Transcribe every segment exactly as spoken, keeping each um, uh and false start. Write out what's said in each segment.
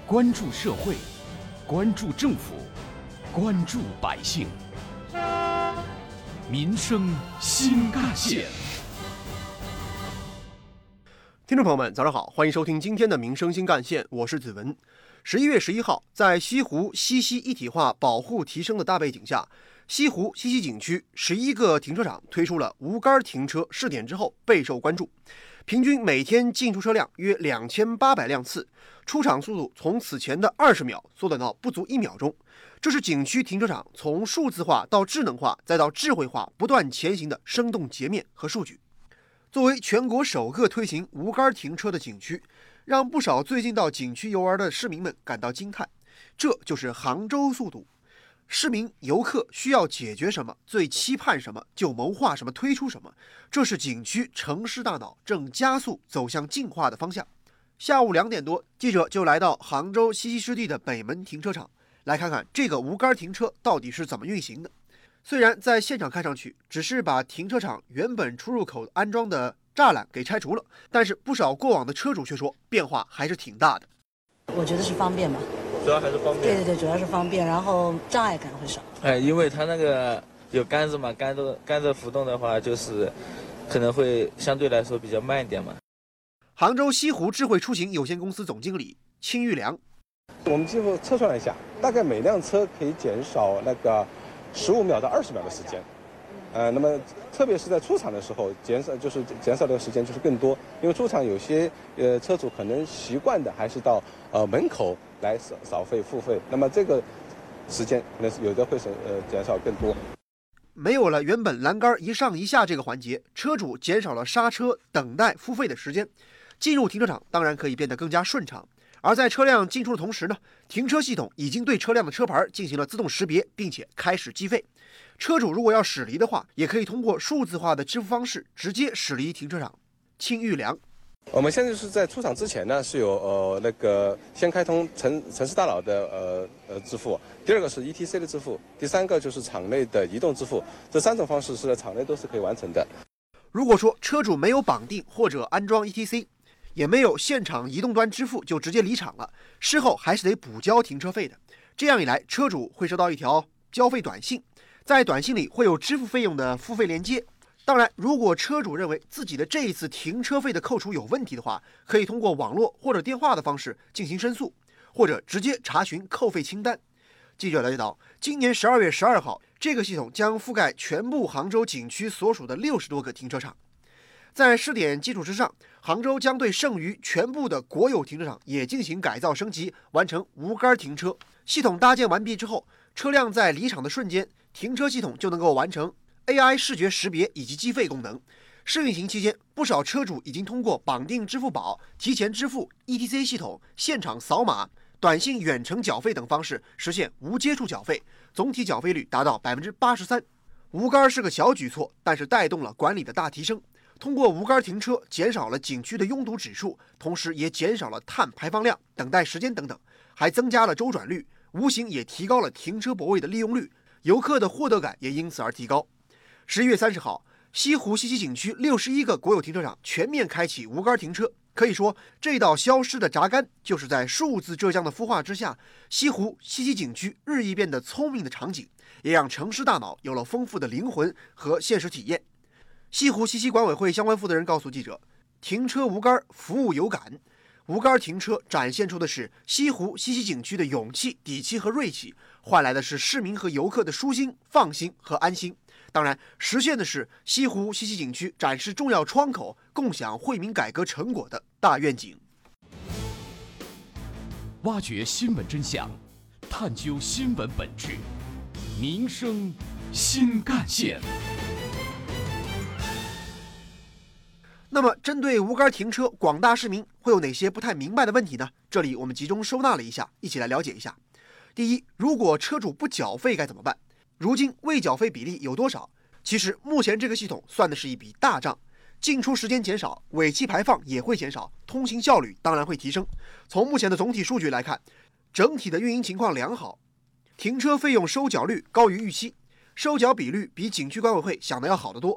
关注社会，关注政府，关注百姓，民生新干线。 听众朋友们，早上好，欢迎收听今天的民生新干线，我是子文。十一月十一号，在西湖西溪一体化保护提升的大背景下，西湖西溪景区十一个停车场推出了无杆停车试点之后备受关注，平均每天进出车辆约两千八百辆次，出厂速度从此前的二十秒缩短到不足一秒钟。这是景区停车场从数字化到智能化再到智慧化不断前行的生动截面和数据。作为全国首个推行无杆停车的景区，让不少最近到景区游玩的市民们感到惊叹。这就是杭州速度。市民游客需要解决什么，最期盼什么，就谋划什么，推出什么。这是景区城市大脑正加速走向进化的方向。下午两点多，记者就来到杭州西溪湿地的北门停车场，来看看这个无杆停车到底是怎么运行的。虽然在现场看上去只是把停车场原本出入口安装的栅栏给拆除了，但是不少过往的车主却说变化还是挺大的。 我觉得是方便吧， 主要还是方便。 对对对，主要是方便，然后障碍感会少。 哎，因为它那个有杆子嘛，杆子杆子浮动的话，就是可能会相对来说比较慢一点嘛。 杭州西湖智慧出行有限公司总经理青玉良， 我们几乎测算了一下，大概每辆车可以减少那个十五秒到二十秒的时间。呃，那么特别是在出厂的时候，减少就是减少的时间就是更多，因为出厂有些呃车主可能习惯的还是到呃门口来扫扫费付费，那么这个时间可能是有的会是呃减少更多。 没有了原本栏杆一上一下这个环节，车主减少了刹车、等待、付费的时间，进入停车场当然可以变得更加顺畅。而在车辆进出的同时呢，停车系统已经对车辆的车牌进行了自动识别，并且开始计费。车主如果要驶离的话，也可以通过数字化的支付方式直接驶离停车场。青玉良， 我们现在是在出厂之前呢，是有呃那个先开通城城市大脑的呃呃支付，第二个是 E T C 的支付，第三个就是场内的移动支付，这三种方式是在场内都是可以完成的。 如果说车主没有绑定或者安装 E T C， 也没有现场移动端支付就直接离场了，事后还是得补交停车费的。这样一来，车主会收到一条交费短信，在短信里会有支付费用的付费链接。当然，如果车主认为自己的这一次停车费的扣除有问题的话，可以通过网络或者电话的方式进行申诉，或者直接查询扣费清单。记者了解到，今年十二月十二号，这个系统将覆盖全部杭州景区所属的六十多个停车场。在试点基础之上，杭州将对剩余全部的国有停车场也进行改造升级，完成无杆停车。系统搭建完毕之后，车辆在离场的瞬间，停车系统就能够完成 A I 视觉识别以及计费功能。试运行期间，不少车主已经通过绑定支付宝、提前支付、E T C 系统、现场扫码、短信远程缴费等方式实现无接触缴费，总体缴费率达到 百分之八十三。 无杆是个小举措，但是带动了管理的大提升。通过无杆停车，减少了景区的拥堵指数，同时也减少了碳排放量、等待时间等等，还增加了周转率，无形也提高了停车泊位的利用率，游客的获得感也因此而提高。十一月三十号，西湖西溪景区六十一个国有停车场全面开启无杆停车。可以说，这道消失的闸杆，就是在数字浙江的孵化之下，西湖西溪景区日益变得聪明的场景，也让城市大脑有了丰富的灵魂和现实体验。西湖西溪管委会相关负责人告诉记者，停车无杆，服务有感。无杆停车展现出的是西湖西溪景区的勇气、底气和锐气，换来的是市民和游客的舒心、放心和安心。当然，实现的是西湖西溪景区展示重要窗口、共享惠民改革成果的大愿景。 挖掘新闻真相，探究新闻本质，民生新干线。 那么，针对无杆停车，广大市民会有哪些不太明白的问题呢？这里我们集中收纳了一下，一起来了解一下。第一，如果车主不缴费该怎么办？如今未缴费比例有多少？其实目前这个系统算的是一笔大账，进出时间减少，尾气排放也会减少，通行效率当然会提升。从目前的总体数据来看，整体的运营情况良好，停车费用收缴率高于预期，收缴比率比景区管委会想的要好得多。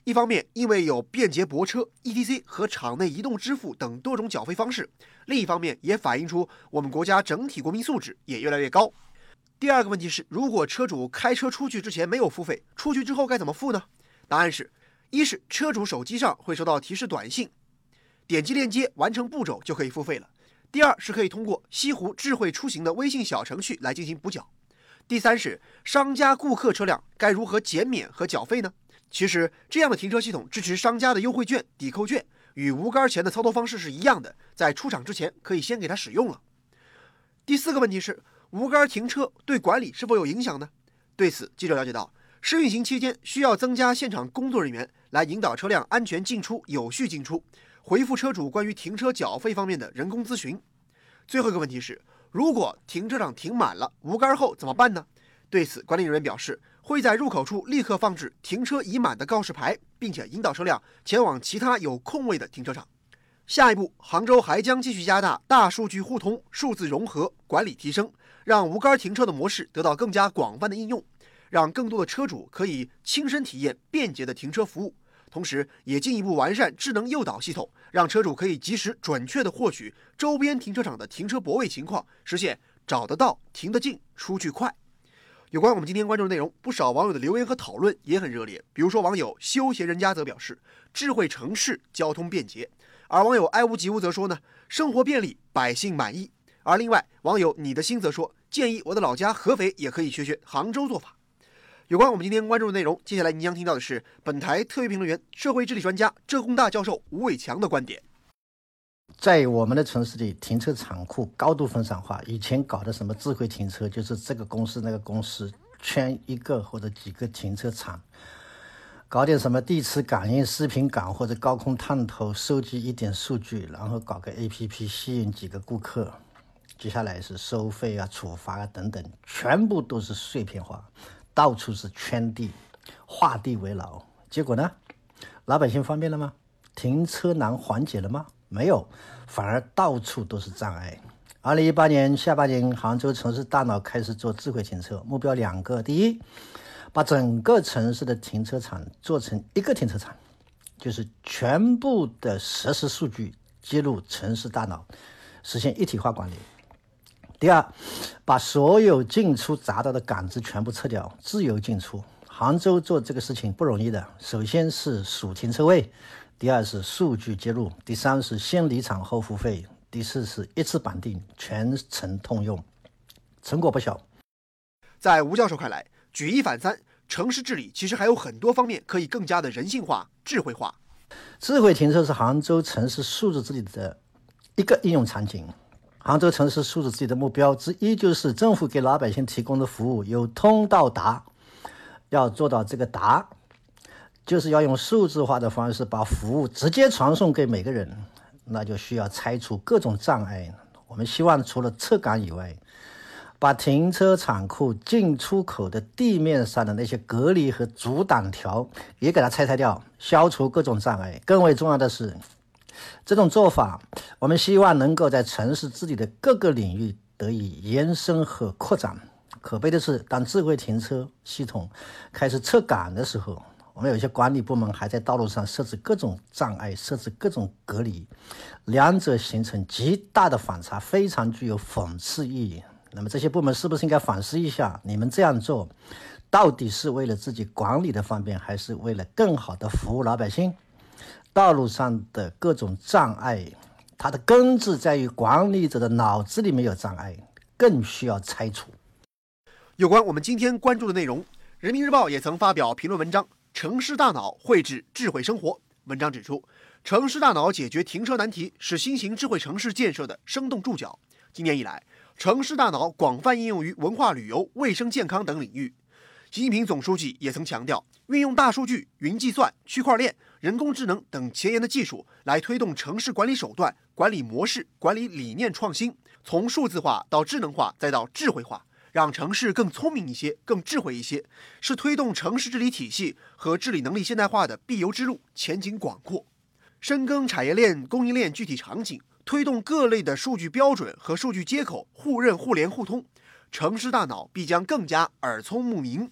一方面，因为有便捷泊车、E T C 和场内移动支付等多种缴费方式；另一方面，也反映出我们国家整体国民素质也越来越高。第二个问题是，如果车主开车出去之前没有付费，出去之后该怎么付呢？答案是：一是车主手机上会收到提示短信，点击链接完成步骤就可以付费了；第二是可以通过西湖智慧出行的微信小程序来进行补缴；第三是商家顾客车辆该如何减免和缴费呢？其实这样的停车系统支持商家的优惠券、抵扣券，与无杆钱的操作方式是一样的，在出厂之前可以先给它使用了。第四个问题是，无杆停车对管理是否有影响呢？对此，记者了解到，试运行期间需要增加现场工作人员来引导车辆安全进出、有序进出，回复车主关于停车缴费方面的人工咨询。最后一个问题是，如果停车场停满了，无杆后怎么办呢？对此，管理人员表示，会在入口处立刻放置停车已满的告示牌，并且引导车辆前往其他有空位的停车场。下一步，杭州还将继续加大大数据互通、数字融合、管理提升，让无杆停车的模式得到更加广泛的应用，让更多的车主可以亲身体验便捷的停车服务。同时，也进一步完善智能诱导系统，让车主可以及时准确地获取周边停车场的停车泊位情况，实现找得到、停得近、出去快。有关我们今天关注的内容，不少网友的留言和讨论也很热烈。比如说，网友休闲人家则表示，智慧城市交通便捷；而网友爱屋及乌则说呢，生活便利，百姓满意。而另外，网友你的心则说，建议我的老家合肥也可以学学杭州做法。有关我们今天关注的内容，接下来您将听到的是本台特约评论员、社会治理专家浙工大教授吴伟强的观点。 在我们的城市里，停车场库高度分散化，以前搞的什么智慧停车，就是这个公司那个公司圈一个或者几个停车场，搞点什么地磁感应、视频感或者高空探头，收集一点数据，然后搞个 A P P 吸引几个顾客，接下来是收费啊、处罚啊等等，全部都是碎片化，到处是圈地，画地为牢。结果呢，老百姓方便了吗？停车难缓解了吗？没有，反而到处都是障碍。二零一八年下半年，杭州城市大脑开始做智慧停车，目标两个：第一，把整个城市的停车场做成一个停车场，就是全部的实时数据接入城市大脑，实现一体化管理；第二，把所有进出匝道的杆子全部撤掉，自由进出。杭州做这个事情不容易的，首先是数停车位，第二是数据接入，第三是先离场后付费，第四是一次绑定，全程通用，成果不小。 在吴教授看来，举一反三，城市治理其实还有很多方面可以更加的人性化、智慧化。 智慧停车是杭州城市数字治理的一个应用场景。杭州城市数字治理的目标之一就是政府给老百姓提供的服务由通到达，要做到这个达，就是要用数字化的方式把服务直接传送给每个人，那就需要拆除各种障碍。我们希望除了侧杆以外，把停车场库进出口的地面上的那些隔离和阻挡条也给它拆拆掉，消除各种障碍。更为重要的是，这种做法我们希望能够在城市治理的各个领域得以延伸和扩展。可悲的是，当智慧停车系统开始撤岗的时候，我们有些管理部门还在道路上设置各种障碍，设置各种隔离，两者形成极大的反差，非常具有讽刺意义。那么这些部门是不是应该反思一下，你们这样做到底是为了自己管理的方便，还是为了更好的服务老百姓？道路上的各种障碍，它的根治在于管理者的脑子里没有障碍，更需要拆除。 有关我们今天关注的内容，人民日报也曾发表评论文章《城市大脑绘制智慧生活》。文章指出，城市大脑解决停车难题是新型智慧城市建设的生动注脚。今年以来，城市大脑广泛应用于文化旅游、卫生健康等领域。习近平总书记也曾强调，运用大数据、云计算、区块链、人工智能等前沿的技术来推动城市管理手段、管理模式、管理理念创新，从数字化到智能化再到智慧化，让城市更聪明一些、更智慧一些，是推动城市治理体系和治理能力现代化的必由之路，前景广阔。深耕产业链、供应链具体场景，推动各类的数据标准和数据接口互认、互联、互通，城市大脑必将更加耳聪目明，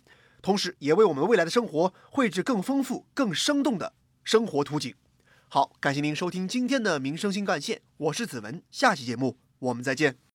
同时也为我们未来的生活绘制更丰富、更生动的生活图景。好，感谢您收听今天的民生新干线，我是子文，下期节目我们再见。